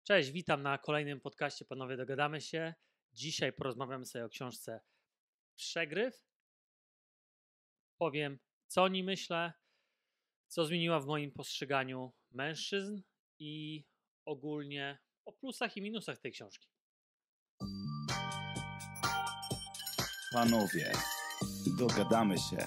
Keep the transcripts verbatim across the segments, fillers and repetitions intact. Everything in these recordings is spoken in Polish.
Cześć, witam na kolejnym podcaście Panowie Dogadamy się. Dzisiaj porozmawiamy sobie o książce Przegryw. Powiem, co o niej myślę, co zmieniła w moim postrzeganiu mężczyzn i ogólnie o plusach i minusach tej książki. Panowie, dogadamy się.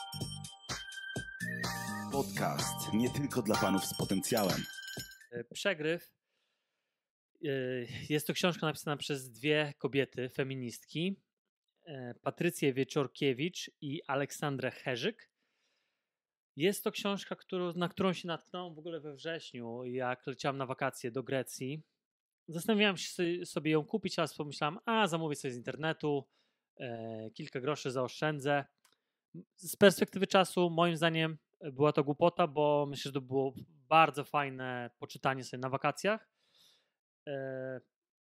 Podcast nie tylko dla panów z potencjałem. Przegryw. Jest to książka napisana przez dwie kobiety, feministki, Patrycję Wieczorkiewicz i Aleksandrę Herzyk. Jest to książka, którą, na którą się natknąłem w ogóle we wrześniu, jak leciałem na wakacje do Grecji. Zastanawiałem się sobie ją kupić, ale pomyślałem, a zamówię sobie z internetu, e, kilka groszy zaoszczędzę. Z perspektywy czasu moim zdaniem była to głupota, bo myślę, że to było bardzo fajne poczytanie sobie na wakacjach. E,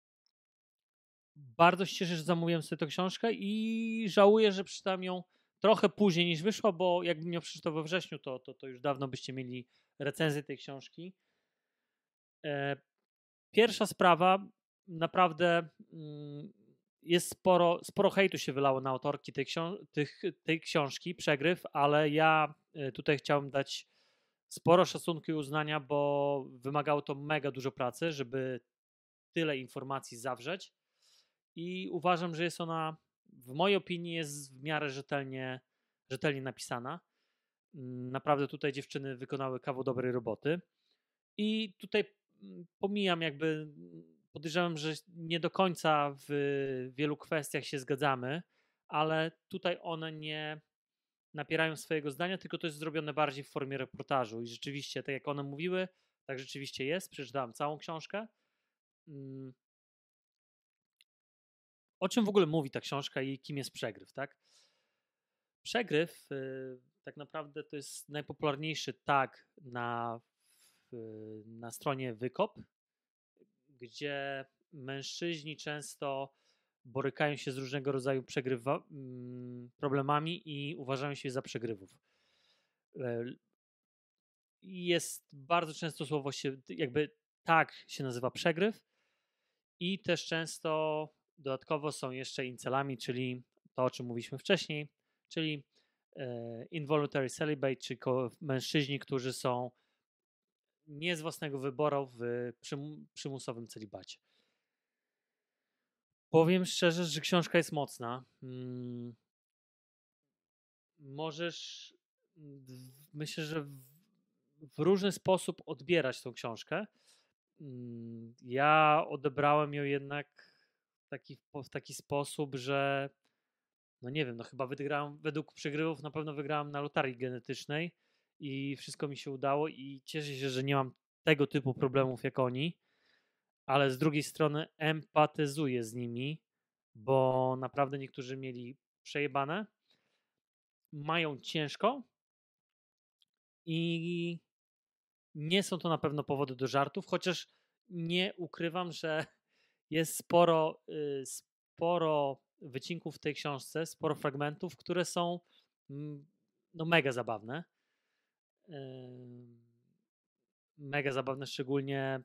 bardzo się cieszę, że zamówiłem sobie tę książkę i żałuję, że przeczytałem ją trochę później niż wyszło, bo jakbym ją przeczytał we wrześniu, to, to, to już dawno byście mieli recenzję tej książki. E, Pierwsza sprawa, naprawdę mm, jest sporo, sporo hejtu się wylało na autorki tej, książ- tych, tej książki, Przegryw, ale ja y, tutaj chciałem dać sporo szacunku i uznania, bo wymagało to mega dużo pracy, żeby tyle informacji zawrzeć i uważam, że jest ona, w mojej opinii, jest w miarę rzetelnie, rzetelnie napisana. Mm, Naprawdę tutaj dziewczyny wykonały kawał dobrej roboty i tutaj mm, pomijam jakby, podejrzewam, że nie do końca w wielu kwestiach się zgadzamy, ale tutaj one nie napierają swojego zdania, tylko to jest zrobione bardziej w formie reportażu i rzeczywiście, tak jak one mówiły, tak rzeczywiście jest. Przeczytałem całą książkę. Mm. O czym w ogóle mówi ta książka i kim jest Przegryw, tak? Przegryw y, tak naprawdę to jest najpopularniejszy tag na, w, na stronie Wykop, gdzie mężczyźni często borykają się z różnego rodzaju przegrywa, mm, problemami i uważają się za przegrywów. E, Jest bardzo często słowo się, jakby tak się nazywa przegryw i też często dodatkowo są jeszcze incelami, czyli to, o czym mówiliśmy wcześniej, czyli e, involuntary celibate, czyli mężczyźni, którzy są nie z własnego wyboru w przym, przymusowym celibacie. Powiem szczerze, że książka jest mocna. Hmm. Możesz, myślę, że w, w różny sposób odbierać tą książkę. Hmm. Ja odebrałem ją jednak w taki, w taki sposób, że no nie wiem, no chyba wygrałem, według przegrywów na pewno wygrałem na loterii genetycznej i wszystko mi się udało i cieszę się, że nie mam tego typu problemów jak oni, ale z drugiej strony empatyzuję z nimi, bo naprawdę niektórzy mieli przejebane, mają ciężko i nie są to na pewno powody do żartów, chociaż nie ukrywam, że jest sporo, y, sporo wycinków w tej książce, sporo fragmentów, które są mm, no mega zabawne. Mega zabawne, szczególnie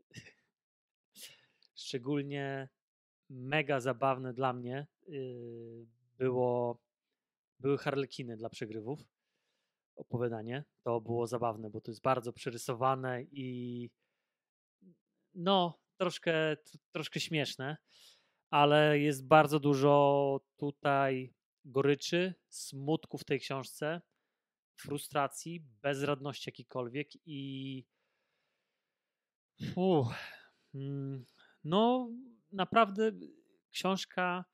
szczególnie mega zabawne dla mnie yy, było były harlekiny dla przegrywów. Opowiadanie. To było zabawne, bo to jest bardzo przerysowane i no, troszkę, troszkę śmieszne, ale jest bardzo dużo tutaj goryczy, smutku w tej książce, frustracji, bezradności jakiejkolwiek i Uff, mm, no naprawdę książka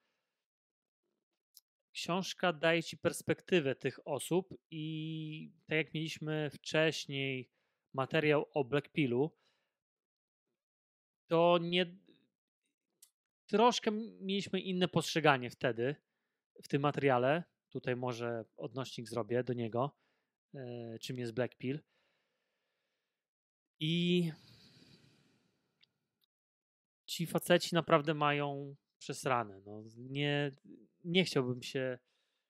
książka daje ci perspektywę tych osób i tak jak mieliśmy wcześniej materiał o Blackpillu, to nie troszkę mieliśmy inne postrzeganie wtedy w tym materiale. Tutaj może odnośnik zrobię do niego, e, czym jest Blackpill. I ci faceci naprawdę mają przesrane. No, nie, nie chciałbym się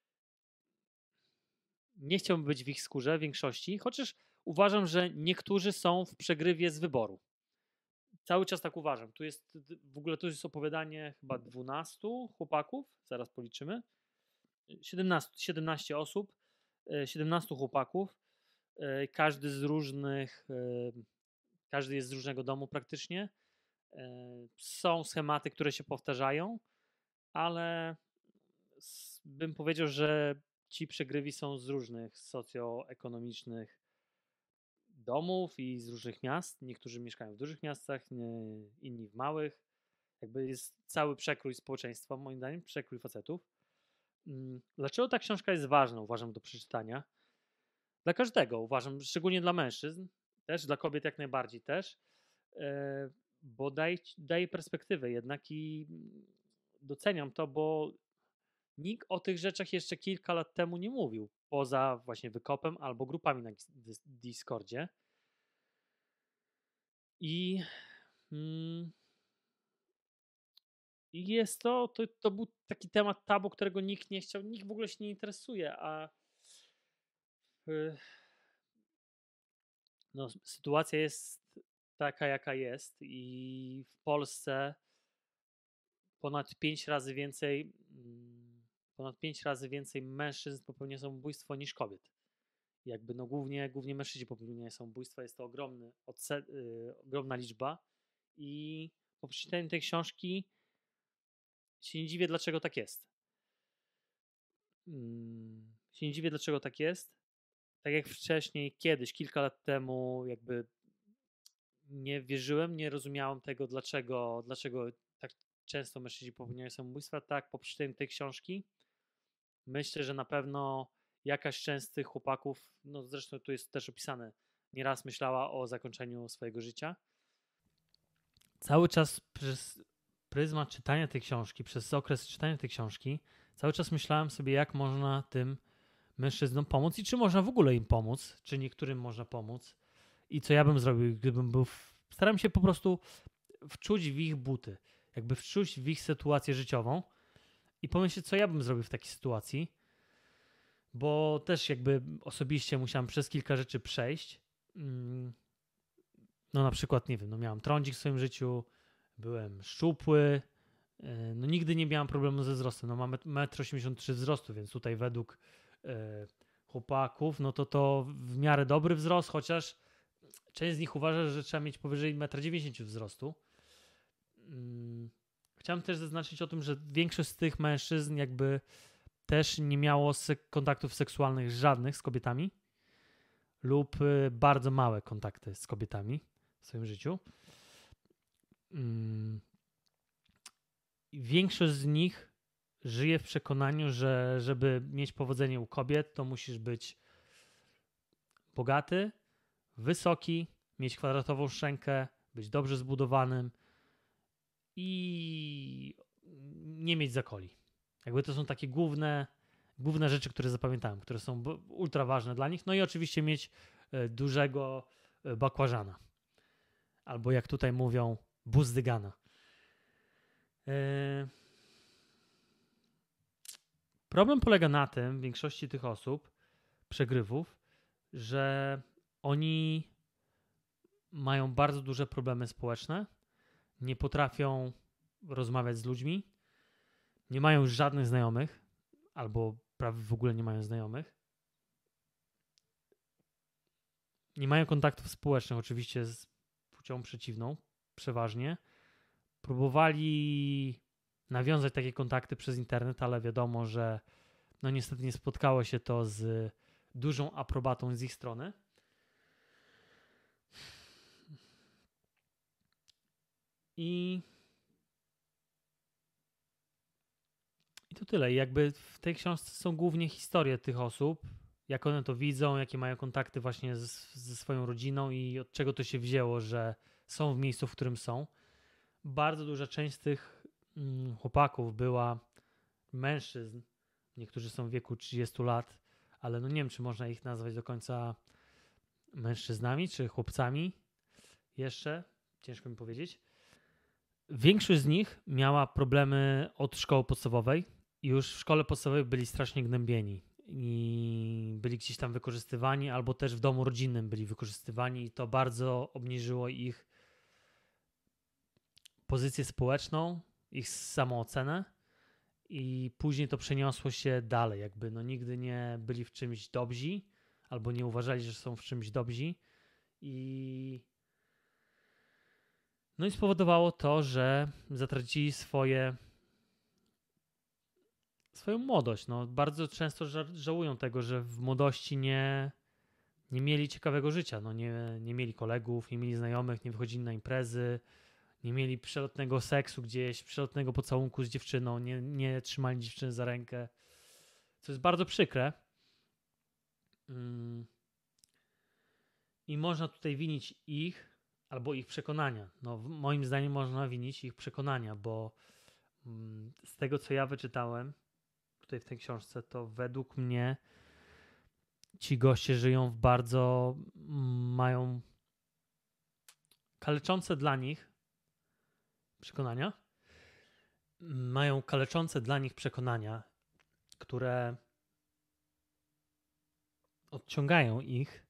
nie chciałbym być w ich skórze w większości, chociaż uważam, że niektórzy są w przegrywie z wyboru. cały czas tak uważam. Tu jest, w ogóle to jest opowiadanie chyba dwunastu chłopaków, zaraz policzymy. siedemnaście, siedemnaście osób, e, siedemnastu chłopaków, e, każdy z różnych, e, każdy jest z różnego domu praktycznie. E, Są schematy, które się powtarzają, ale s- bym powiedział, że ci przegrywi są z różnych socjoekonomicznych domów i z różnych miast. Niektórzy mieszkają w dużych miastach, nie, inni w małych. Jakby jest cały przekrój społeczeństwa, moim zdaniem, przekrój facetów. Mm, Dlaczego ta książka jest ważna, uważam, do przeczytania? Dla każdego, uważam, szczególnie dla mężczyzn, też dla kobiet jak najbardziej też, e, bo daje, daje perspektywę jednak i doceniam to, bo nikt o tych rzeczach jeszcze kilka lat temu nie mówił, poza właśnie Wykopem albo grupami na Dis- Discordzie. I, mm, i jest to, to, to był taki temat tabu, którego nikt nie chciał, nikt w ogóle się nie interesuje, a y, no, sytuacja jest taka, jaka jest i w Polsce ponad pięć razy więcej mm, ponad pięć razy więcej mężczyzn popełnia samobójstwo niż kobiet. Jakby no głównie, głównie mężczyźni popełniają samobójstwa, jest to ogromny, odse- y, ogromna liczba i po przeczytaniu tej książki się nie dziwię, dlaczego tak jest. Mm, się nie dziwię, dlaczego tak jest. Tak jak wcześniej, kiedyś, kilka lat temu, jakby nie wierzyłem, nie rozumiałem tego, dlaczego, dlaczego tak często mężczyźni popełniają samobójstwa. Tak, po przeczytaniu tej książki myślę, że na pewno jakaś część z tych chłopaków, no zresztą tu jest też opisane, nieraz myślała o zakończeniu swojego życia. Cały czas przez pryzmat czytania tej książki, przez okres czytania tej książki, cały czas myślałem sobie, jak można tym mężczyznom pomóc i czy można w ogóle im pomóc, czy niektórym można pomóc i co ja bym zrobił, gdybym był... W... Staram się po prostu wczuć w ich buty, jakby wczuć w ich sytuację życiową i pomyśleć, co ja bym zrobił w takiej sytuacji, bo też jakby osobiście musiałem przez kilka rzeczy przejść. No na przykład, nie wiem, no miałem trądzik w swoim życiu, byłem szczupły, no nigdy nie miałem problemu ze wzrostem, no mam metr osiemdziesiąt trzy wzrostu, więc tutaj według e, chłopaków, no to to w miarę dobry wzrost, chociaż część z nich uważa, że trzeba mieć powyżej metr dziewięćdziesiąt wzrostu. Chciałem też zaznaczyć o tym, że większość z tych mężczyzn jakby też nie miało sek- kontaktów seksualnych żadnych z kobietami lub y, bardzo małe kontakty z kobietami w swoim życiu. Mm. Większość z nich żyje w przekonaniu, że żeby mieć powodzenie u kobiet, to musisz być bogaty, wysoki, mieć kwadratową szczękę, być dobrze zbudowanym i nie mieć zakoli. Jakby to są takie główne, główne rzeczy, które zapamiętałem, które są ultra ważne dla nich. No i oczywiście mieć dużego bakłażana. Albo jak tutaj mówią, buzdygana. Problem polega na tym, w większości tych osób, przegrywów, że oni mają bardzo duże problemy społeczne, nie potrafią rozmawiać z ludźmi, nie mają żadnych znajomych, albo prawie w ogóle nie mają znajomych. Nie mają kontaktów społecznych, oczywiście z płcią przeciwną, przeważnie. Próbowali nawiązać takie kontakty przez internet, ale wiadomo, że no niestety nie spotkało się to z dużą aprobatą z ich strony. I, I to tyle. I jakby w tej książce są głównie historie tych osób, jak one to widzą, jakie mają kontakty właśnie z, ze swoją rodziną i od czego to się wzięło, że są w miejscu, w którym są. Bardzo duża część z tych mm, chłopaków była mężczyzn. Niektórzy są w wieku trzydziestu lat, ale no nie wiem, czy można ich nazwać do końca mężczyznami, czy chłopcami jeszcze. Ciężko mi powiedzieć. Większość z nich miała problemy od szkoły podstawowej i już w szkole podstawowej byli strasznie gnębieni i byli gdzieś tam wykorzystywani, albo też w domu rodzinnym byli wykorzystywani i to bardzo obniżyło ich pozycję społeczną, ich samoocenę i później to przeniosło się dalej. Jakby no nigdy nie byli w czymś dobrzy albo nie uważali, że są w czymś dobrzy i no i spowodowało to, że zatracili swoje swoją młodość. No, bardzo często ża- żałują tego, że w młodości nie, nie mieli ciekawego życia. No, nie, nie mieli kolegów, nie mieli znajomych, nie wychodzili na imprezy, nie mieli przelotnego seksu gdzieś, przelotnego pocałunku z dziewczyną, nie, nie trzymali dziewczyny za rękę, co jest bardzo przykre. Mm. I można tutaj winić ich albo ich przekonania. No, moim zdaniem można winić ich przekonania, bo mm, z tego, co ja wyczytałem tutaj w tej książce, to według mnie ci goście żyją w bardzo, mm, mają kaleczące dla nich przekonania, mają kaleczące dla nich przekonania, które odciągają ich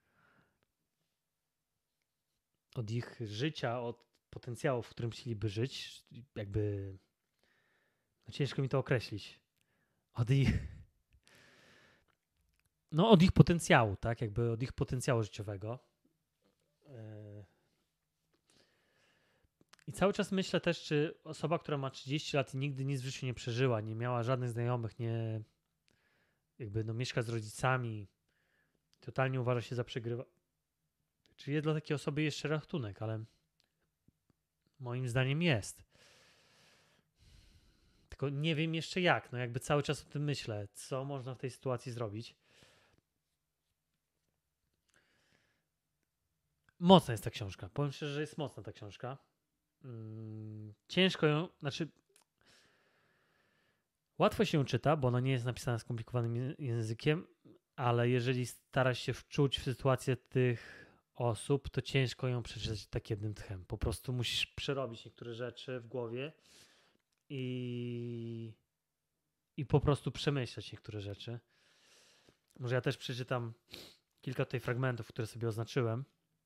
od ich życia, od potencjału, w którym chcieliby żyć. Jakby no ciężko mi to określić. Od ich no od ich potencjału, tak? Jakby od ich potencjału życiowego. I cały czas myślę też, czy osoba, która ma trzydzieści lat i nigdy nic w życiu nie przeżyła, nie miała żadnych znajomych, nie jakby no mieszka z rodzicami, totalnie uważa się za przegrywa. Czy jest dla takiej osoby jeszcze ratunek, ale moim zdaniem jest. Tylko nie wiem jeszcze jak, no jakby cały czas o tym myślę, co można w tej sytuacji zrobić. Mocna jest ta książka. Powiem szczerze, że jest mocna ta książka. Hmm, ciężko ją, znaczy łatwo się ją czyta, bo ona nie jest napisana skomplikowanym językiem, ale jeżeli starasz się wczuć w sytuację tych osób, to ciężko ją przeczytać tak jednym tchem. Po prostu musisz przerobić niektóre rzeczy w głowie i, i po prostu przemyśleć niektóre rzeczy. Może ja też przeczytam kilka tutaj fragmentów, które sobie oznaczyłem,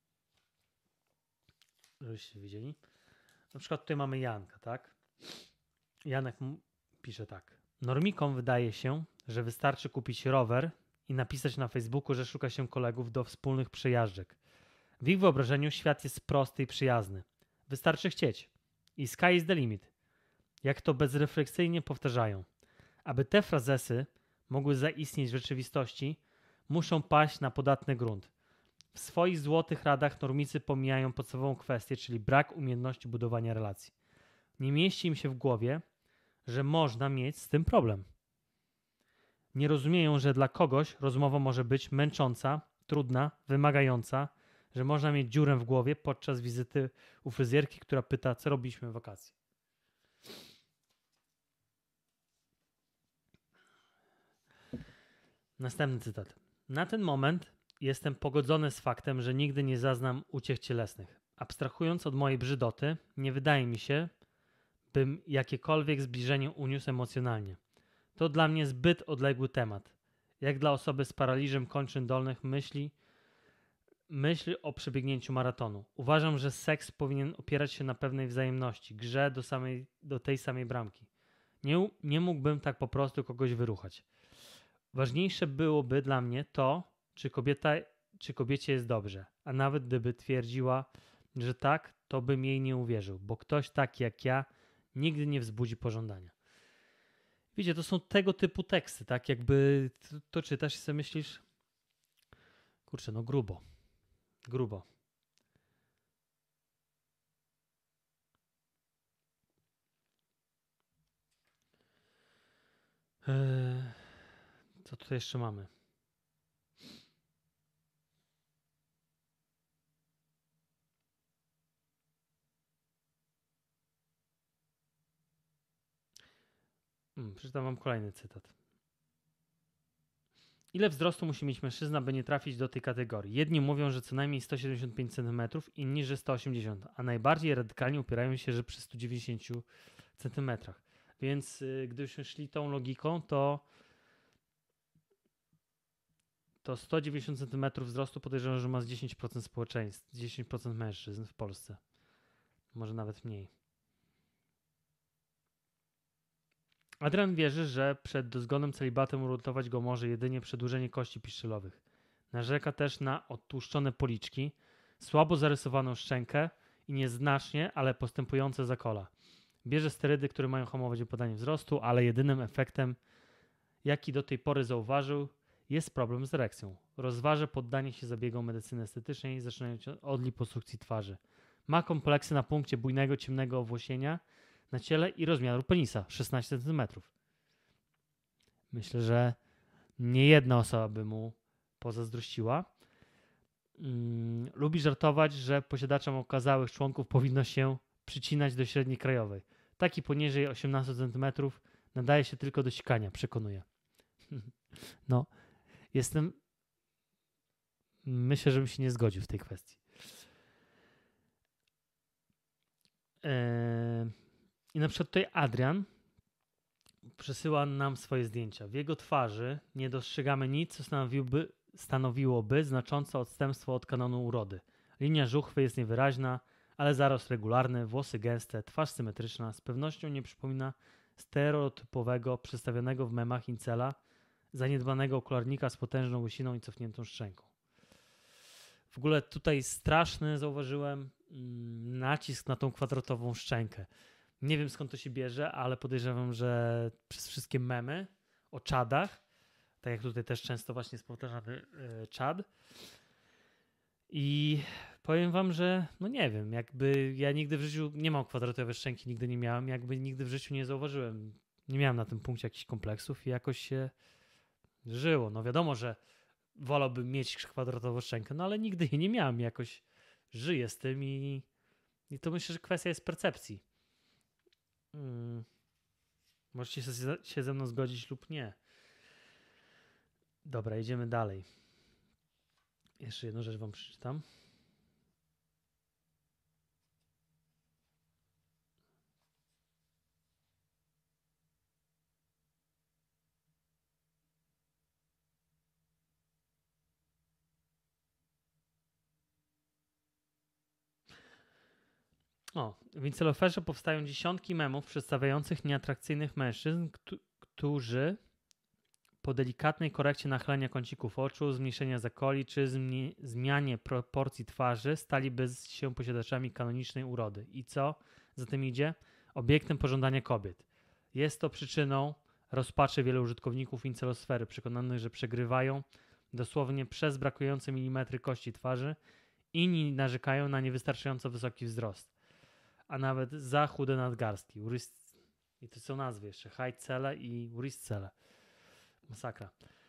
żebyście widzieli. Na przykład tutaj mamy Janka, tak? Janek pisze tak. Normikom wydaje się, że wystarczy kupić rower i napisać na Facebooku, że szuka się kolegów do wspólnych przejażdżek. W ich wyobrażeniu świat jest prosty i przyjazny. Wystarczy chcieć. I sky is the limit. Jak to bezrefleksyjnie powtarzają. Aby te frazesy mogły zaistnieć w rzeczywistości, muszą paść na podatny grunt. W swoich złotych radach normicy pomijają podstawową kwestię, czyli brak umiejętności budowania relacji. Nie mieści im się w głowie, że można mieć z tym problem. Nie rozumieją, że dla kogoś rozmowa może być męcząca, trudna, wymagająca, że można mieć dziurę w głowie podczas wizyty u fryzjerki, która pyta, co robiliśmy w wakacje. Następny cytat. Na ten moment jestem pogodzony z faktem, że nigdy nie zaznam uciech cielesnych. Abstrahując od mojej brzydoty, nie wydaje mi się, bym jakiekolwiek zbliżenie uniósł emocjonalnie. To dla mnie zbyt odległy temat. Jak dla osoby z paraliżem kończyn dolnych myśli, myśli o przebiegnięciu maratonu. Uważam, że seks powinien opierać się na pewnej wzajemności, grze do, samej, do tej samej bramki. Nie, nie mógłbym tak po prostu kogoś wyruchać. Ważniejsze byłoby dla mnie to, czy kobieta, czy kobiecie jest dobrze. A nawet gdyby twierdziła, że tak, to bym jej nie uwierzył, bo ktoś taki jak ja nigdy nie wzbudzi pożądania. Wiecie, to są tego typu teksty, tak? Jakby to, to czytasz i sobie myślisz, kurczę, no grubo. Grubo. Eee, co tutaj jeszcze mamy? Hmm, przeczytam wam kolejny cytat. Ile wzrostu musi mieć mężczyzna, by nie trafić do tej kategorii? Jedni mówią, że co najmniej sto siedemdziesiąt pięć centymetrów, inni, że sto osiemdziesiąt, a najbardziej radykalnie upierają się, że przy stu dziewięćdziesięciu centymetrach. Więc yy, gdybyśmy szli tą logiką, to to sto dziewięćdziesiąt centymetrów wzrostu podejrzewam, że ma z dziesięć procent społeczeństw, dziesięć procent mężczyzn w Polsce. Może nawet mniej. Adrian wierzy, że przed dozgonnym celibatem uratować go może jedynie przedłużenie kości piszczelowych. Narzeka też na odtłuszczone policzki, słabo zarysowaną szczękę i nieznacznie, ale postępujące zakola. Bierze sterydy, które mają hamować wypadanie wzrostu, ale jedynym efektem, jaki do tej pory zauważył, jest problem z erekcją. Rozważa poddanie się zabiegom medycyny estetycznej, zaczynając od liposukcji twarzy. Ma kompleksy na punkcie bujnego, ciemnego owłosienia na ciele i rozmiaru penisa szesnaście centymetrów. Myślę, że nie jedna osoba by mu pozazdrościła. Mm, lubi żartować, że posiadaczom okazałych członków powinno się przycinać do średniej krajowej. Taki poniżej osiemnaście centymetrów nadaje się tylko do sikania, przekonuje. No, jestem... Myślę, żebym się nie zgodził w tej kwestii. Eee... I na przykład tutaj Adrian przesyła nam swoje zdjęcia. W jego twarzy nie dostrzegamy nic, co stanowiłoby, stanowiłoby znaczące odstępstwo od kanonu urody. Linia żuchwy jest niewyraźna, ale zarost regularny, włosy gęste, twarz symetryczna, z pewnością nie przypomina stereotypowego, przedstawionego w memach incela, zaniedbanego okularnika z potężną łysiną i cofniętą szczęką. W ogóle tutaj straszny, zauważyłem, nacisk na tą kwadratową szczękę. Nie wiem, skąd to się bierze, ale podejrzewam, że przez wszystkie memy o czadach, tak jak tutaj też często właśnie jest powtarzany yy, czad. I powiem wam, że no nie wiem, jakby ja nigdy w życiu nie mam kwadratowej szczęki, nigdy nie miałem, jakby nigdy w życiu nie zauważyłem. Nie miałem na tym punkcie jakichś kompleksów i jakoś się żyło. No wiadomo, że wolałbym mieć kwadratową szczękę, no ale nigdy jej nie miałem. Jakoś żyję z tym i, i to myślę, że kwestia jest percepcji. Hmm. Możecie się ze mną zgodzić lub nie. Dobra, idziemy dalej. Jeszcze jedną rzecz wam przeczytam. O, w Inceloferze powstają dziesiątki memów przedstawiających nieatrakcyjnych mężczyzn, którzy po delikatnej korekcie nachylenia kącików oczu, zmniejszenia zakoli czy zmi- zmianie proporcji twarzy staliby się posiadaczami kanonicznej urody. I co za tym idzie? Obiektem pożądania kobiet. Jest to przyczyną rozpaczy wielu użytkowników incelosfery, przekonanych, że przegrywają dosłownie przez brakujące milimetry kości twarzy. Inni narzekają na niewystarczająco wysoki wzrost, a nawet za chude nadgarstki. Urys... I to są nazwy jeszcze. High-cele i Uriscele. Masakra.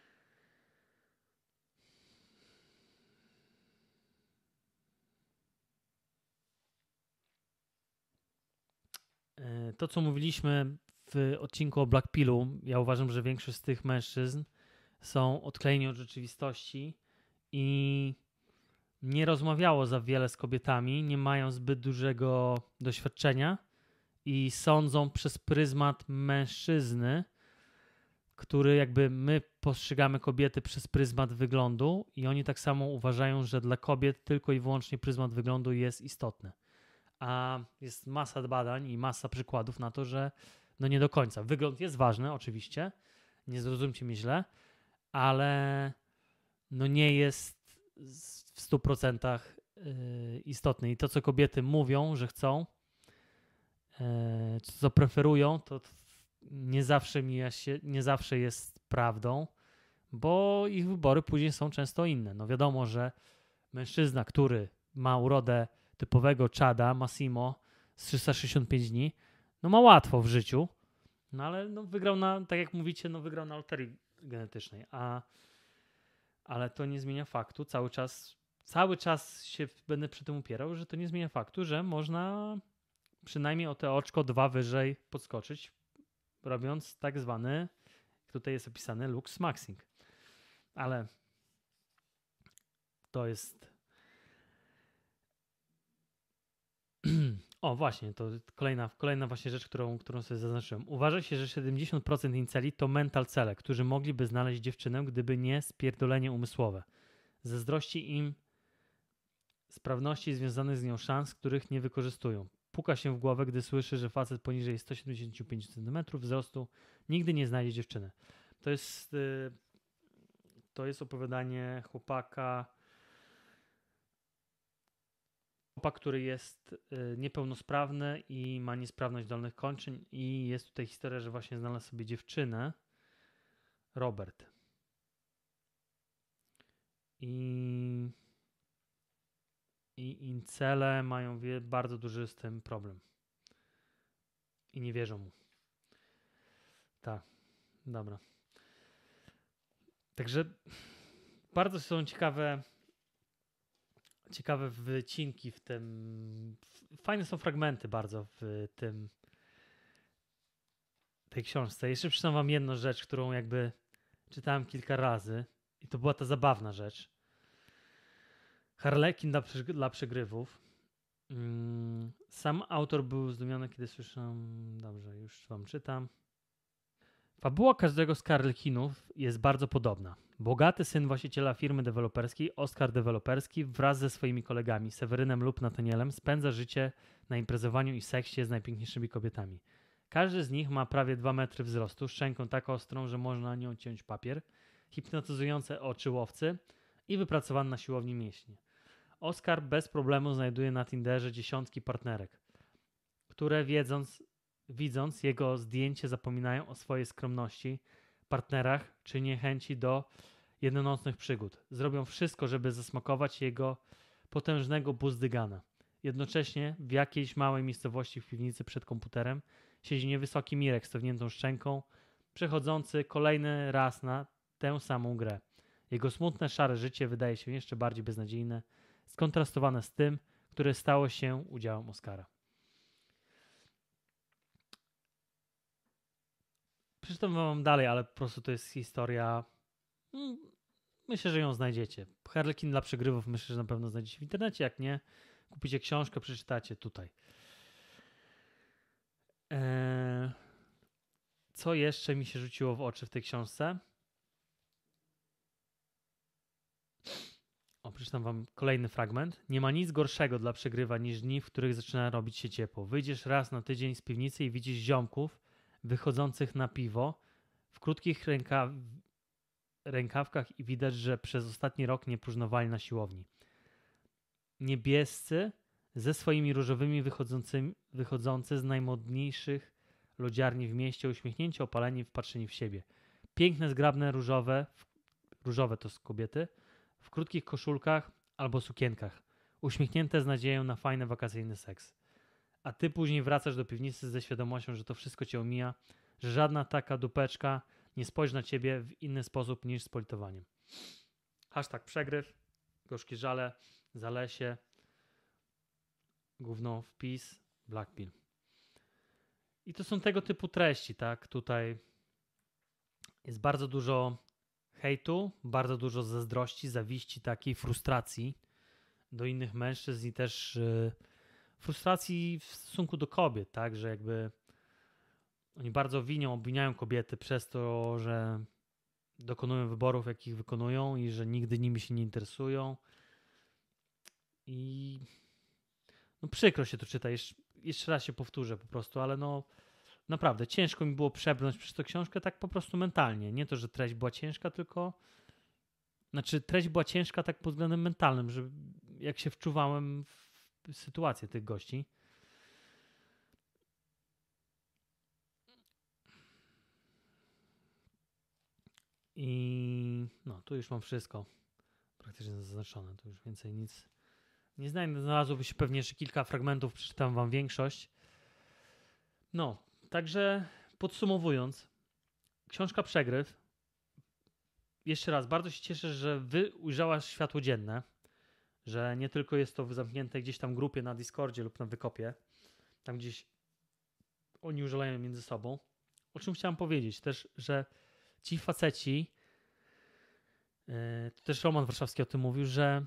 To, co mówiliśmy w odcinku o Black Pillu, ja uważam, że większość z tych mężczyzn są odklejeni od rzeczywistości i nie rozmawiało za wiele z kobietami, nie mają zbyt dużego doświadczenia i sądzą przez pryzmat mężczyzny, który jakby my postrzegamy kobiety przez pryzmat wyglądu i oni tak samo uważają, że dla kobiet tylko i wyłącznie pryzmat wyglądu jest istotny. A jest masa badań i masa przykładów na to, że no nie do końca. Wygląd jest ważny oczywiście, nie zrozumcie mnie źle, ale no nie jest w stu procentach istotny. I to, co kobiety mówią, że chcą, co preferują, to nie zawsze mija się, nie zawsze jest prawdą, bo ich wybory później są często inne. No wiadomo, że mężczyzna, który ma urodę typowego czada, Massimo, z trzysta sześćdziesiąt pięć dni, no ma łatwo w życiu, no ale no wygrał na, tak jak mówicie, no wygrał na loterii genetycznej, a ale to nie zmienia faktu, cały czas, cały czas się będę przy tym upierał, że to nie zmienia faktu, że można przynajmniej o te oczko dwa wyżej podskoczyć, robiąc tak zwany, tutaj jest opisany lux maxing. Ale to jest... O, właśnie, to kolejna, kolejna właśnie rzecz, którą, którą sobie zaznaczyłem. Uważa się, że siedemdziesiąt procent inceli to mental cele, którzy mogliby znaleźć dziewczynę, gdyby nie spierdolenie umysłowe. Zazdrości im sprawności związanych z nią szans, których nie wykorzystują. puka się w głowę, gdy słyszy, że facet poniżej sto siedemdziesiąt pięć centymetrów wzrostu nigdy nie znajdzie dziewczyny. To jest, yy, to jest opowiadanie chłopaka, chłopak, który jest yy, niepełnosprawny i ma niesprawność dolnych kończyn i jest tutaj historia, że właśnie znalazł sobie dziewczynę, Robert. I, i incele mają wie, bardzo duży z tym problem. I nie wierzą mu. Tak, dobra. Także bardzo są ciekawe ciekawe wycinki w tym. Fajne są fragmenty bardzo w tym tej książce. Jeszcze przeczytam wam jedną rzecz, którą jakby czytałem kilka razy i to była ta zabawna rzecz. Harlekin dla, dla przegrywów. Sam autor był zdumiony, kiedy słyszałem... Dobrze, już wam czytam. Fabuła każdego z Harlekinów jest bardzo podobna. Bogaty syn właściciela firmy deweloperskiej, Oskar Deweloperski, wraz ze swoimi kolegami, Sewerynem lub Natanielem, spędza życie na imprezowaniu i seksie z najpiękniejszymi kobietami. Każdy z nich ma prawie dwa metry wzrostu, szczęką tak ostrą, że można na nią ciąć papier, hipnotyzujące oczy łowcy i wypracowany na siłowni mięśnie. Oskar bez problemu znajduje na Tinderze dziesiątki partnerek, które wiedząc, widząc jego zdjęcie zapominają o swojej skromności, partnerach czy niechęci do jednonocnych przygód. Zrobią wszystko, żeby zasmakować jego potężnego buzdygana. Jednocześnie w jakiejś małej miejscowości w piwnicy przed komputerem siedzi niewysoki Mirek z cofniętą szczęką, przechodzący kolejny raz na tę samą grę. Jego smutne, szare życie wydaje się jeszcze bardziej beznadziejne, skontrastowane z tym, które stało się udziałem Oskara. Przeczytam wam dalej, ale po prostu to jest historia... Myślę, że ją znajdziecie. Harlekin dla przegrywów myślę, że na pewno znajdziecie w internecie. Jak nie, kupicie książkę, przeczytacie tutaj. Eee... Co jeszcze mi się rzuciło w oczy w tej książce? O, przeczytam wam kolejny fragment. Nie ma nic gorszego dla przegrywa niż dni, w których zaczyna robić się ciepło. Wyjdziesz raz na tydzień z piwnicy i widzisz ziomków wychodzących na piwo w krótkich ręka... rękawkach i widać, że przez ostatni rok nie próżnowali na siłowni. Niebiescy ze swoimi różowymi wychodzącymi, wychodzący z najmodniejszych lodziarni w mieście, uśmiechnięci, opaleni, wpatrzeni w siebie. Piękne, zgrabne, różowe, różowe to z kobiety, w krótkich koszulkach albo sukienkach, uśmiechnięte z nadzieją na fajny wakacyjny seks. A ty później wracasz do piwnicy ze świadomością, że to wszystko cię omija, że żadna taka dupeczka nie spojrzy na ciebie w inny sposób niż z politowaniem. Hashtag przegryw, gorzkie żale, Zalesie, gówno wpis, Blackpill. I to są tego typu treści, tak? Tutaj jest bardzo dużo hejtu, bardzo dużo zazdrości, zawiści, takiej frustracji do innych mężczyzn i też yy, frustracji w stosunku do kobiet, tak? Że jakby oni bardzo winią, obwiniają kobiety przez to, że dokonują wyborów, jakich wykonują i że nigdy nimi się nie interesują. I no przykro się to czyta. Jesz- jeszcze raz się powtórzę po prostu, ale no naprawdę ciężko mi było przebrnąć przez tę książkę tak po prostu mentalnie. Nie to, że treść była ciężka, tylko znaczy treść była ciężka tak pod względem mentalnym, że jak się wczuwałem w sytuację tych gości. I no, tu już mam wszystko praktycznie zaznaczone. Tu już więcej nic nie znajdę. Znalazłoby się pewnie jeszcze kilka fragmentów, przeczytam wam większość. No, także podsumowując, książka Przegryw. Jeszcze raz, bardzo się cieszę, że wy ujrzała światło dzienne, że nie tylko jest to w zamkniętej gdzieś tam grupie na Discordzie lub na Wykopie, tam gdzieś oni użalają między sobą. O czym chciałem powiedzieć też, że ci faceci, to też Roman Warszawski o tym mówił, że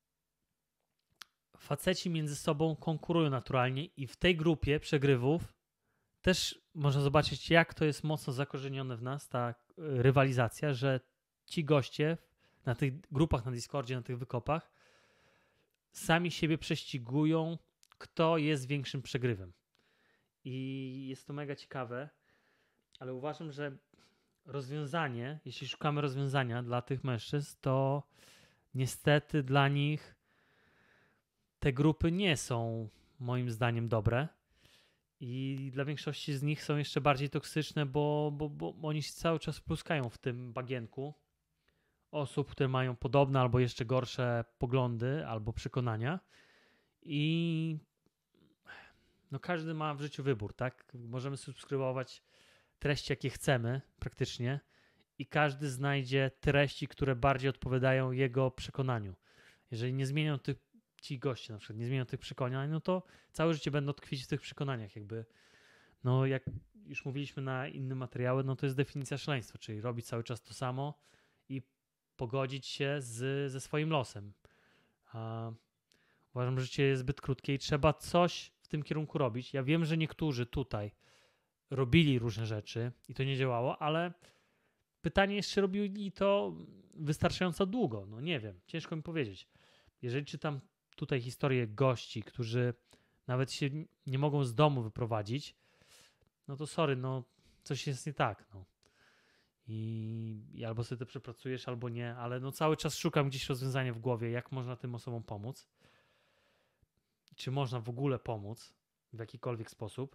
faceci między sobą konkurują naturalnie i w tej grupie przegrywów też można zobaczyć, jak to jest mocno zakorzenione w nas, ta rywalizacja, że ci goście na tych grupach na Discordzie, na tych wykopach sami siebie prześcigują, kto jest większym przegrywem. I jest to mega ciekawe, ale uważam, że rozwiązanie, jeśli szukamy rozwiązania dla tych mężczyzn, to niestety dla nich te grupy nie są moim zdaniem dobre i dla większości z nich są jeszcze bardziej toksyczne, bo, bo, bo oni się cały czas pluskają w tym bagienku osób, które mają podobne albo jeszcze gorsze poglądy albo przekonania i no każdy ma w życiu wybór, tak? Możemy subskrybować treści, jakie chcemy praktycznie i każdy znajdzie treści, które bardziej odpowiadają jego przekonaniu. Jeżeli nie zmienią tych, ci goście na przykład, nie zmienią tych przekonań, no to całe życie będą tkwić w tych przekonaniach jakby. No jak już mówiliśmy na inne materiały, no to jest definicja szaleństwa, czyli robić cały czas to samo i pogodzić się z, ze swoim losem. A uważam, że życie jest zbyt krótkie i trzeba coś w tym kierunku robić. Ja wiem, że niektórzy tutaj robili różne rzeczy i to nie działało, ale pytanie jest, czy robili to wystarczająco długo. No nie wiem, ciężko mi powiedzieć. Jeżeli czytam tutaj historię gości, którzy nawet się nie mogą z domu wyprowadzić, no to sorry, no coś jest nie tak. No. I, i albo sobie to przepracujesz, albo nie, ale no cały czas szukam gdzieś rozwiązania w głowie, jak można tym osobom pomóc. Czy można w ogóle pomóc w jakikolwiek sposób.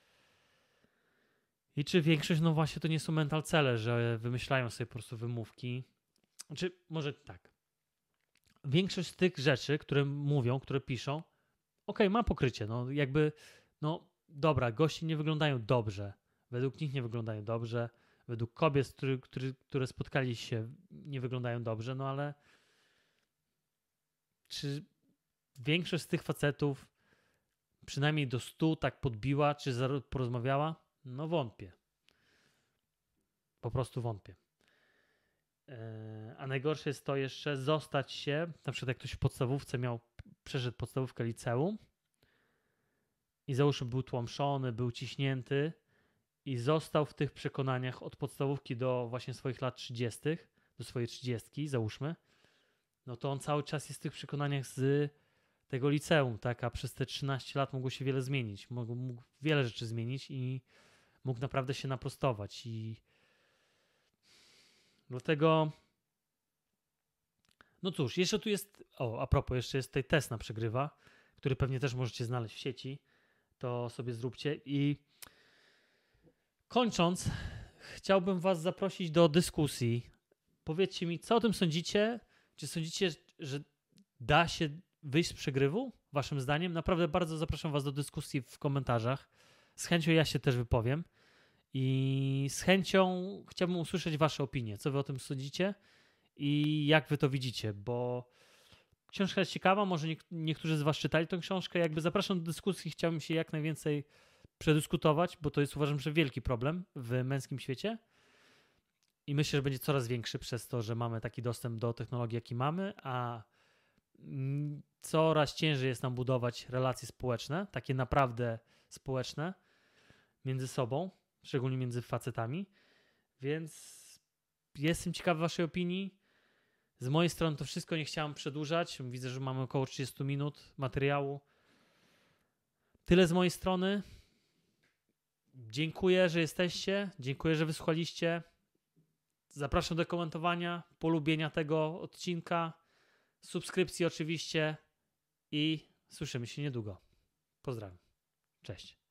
I czy większość, no właśnie to nie są mental cele, że wymyślają sobie po prostu wymówki. Znaczy, może tak. Większość z tych rzeczy, które mówią, które piszą, okej, okay, ma pokrycie. No jakby, no dobra, goście nie wyglądają dobrze. Według nich nie wyglądają dobrze. Według kobiet, który, który, które spotkali się, nie wyglądają dobrze, no ale czy większość z tych facetów przynajmniej do stu tak podbiła, czy porozmawiała? No wątpię. Po prostu wątpię. A najgorsze jest to jeszcze zostać się, na przykład jak ktoś w podstawówce miał, przeszedł podstawówkę liceum i załóżmy był tłamszony, był ciśnięty i został w tych przekonaniach od podstawówki do właśnie swoich lat trzydziestych, do swojej trzydziestki, załóżmy, no to on cały czas jest w tych przekonaniach z tego liceum, tak? A przez te trzynaście lat mogło się wiele zmienić. Mógł, mógł wiele rzeczy zmienić i mógł naprawdę się naprostować i dlatego no cóż, jeszcze tu jest, o a propos, jeszcze jest tutaj test na przegrywa, który pewnie też możecie znaleźć w sieci, to sobie zróbcie i kończąc, chciałbym was zaprosić do dyskusji. Powiedzcie mi, co o tym sądzicie? Czy sądzicie, że da się wyjść z przegrywu? Waszym zdaniem? Naprawdę bardzo zapraszam was do dyskusji w komentarzach. Z chęcią ja się też wypowiem. I z chęcią chciałbym usłyszeć wasze opinie. Co wy o tym sądzicie i jak wy to widzicie, bo książka jest ciekawa, może nie, niektórzy z was czytali tę książkę. Jakby zapraszam do dyskusji, chciałbym się jak najwięcej przedyskutować, bo to jest, uważam, że wielki problem w męskim świecie. I myślę, że będzie coraz większy przez to, że mamy taki dostęp do technologii, jaki mamy, a coraz ciężej jest nam budować relacje społeczne, takie naprawdę społeczne między sobą, szczególnie między facetami. Więc jestem ciekawy waszej opinii. Z mojej strony to wszystko, nie chciałem przedłużać. Widzę, że mamy około trzydzieści minut materiału. Tyle z mojej strony. Dziękuję, że jesteście. Dziękuję, że wysłuchaliście. Zapraszam do komentowania, polubienia tego odcinka, subskrypcji oczywiście i słyszymy się niedługo. Pozdrawiam. Cześć.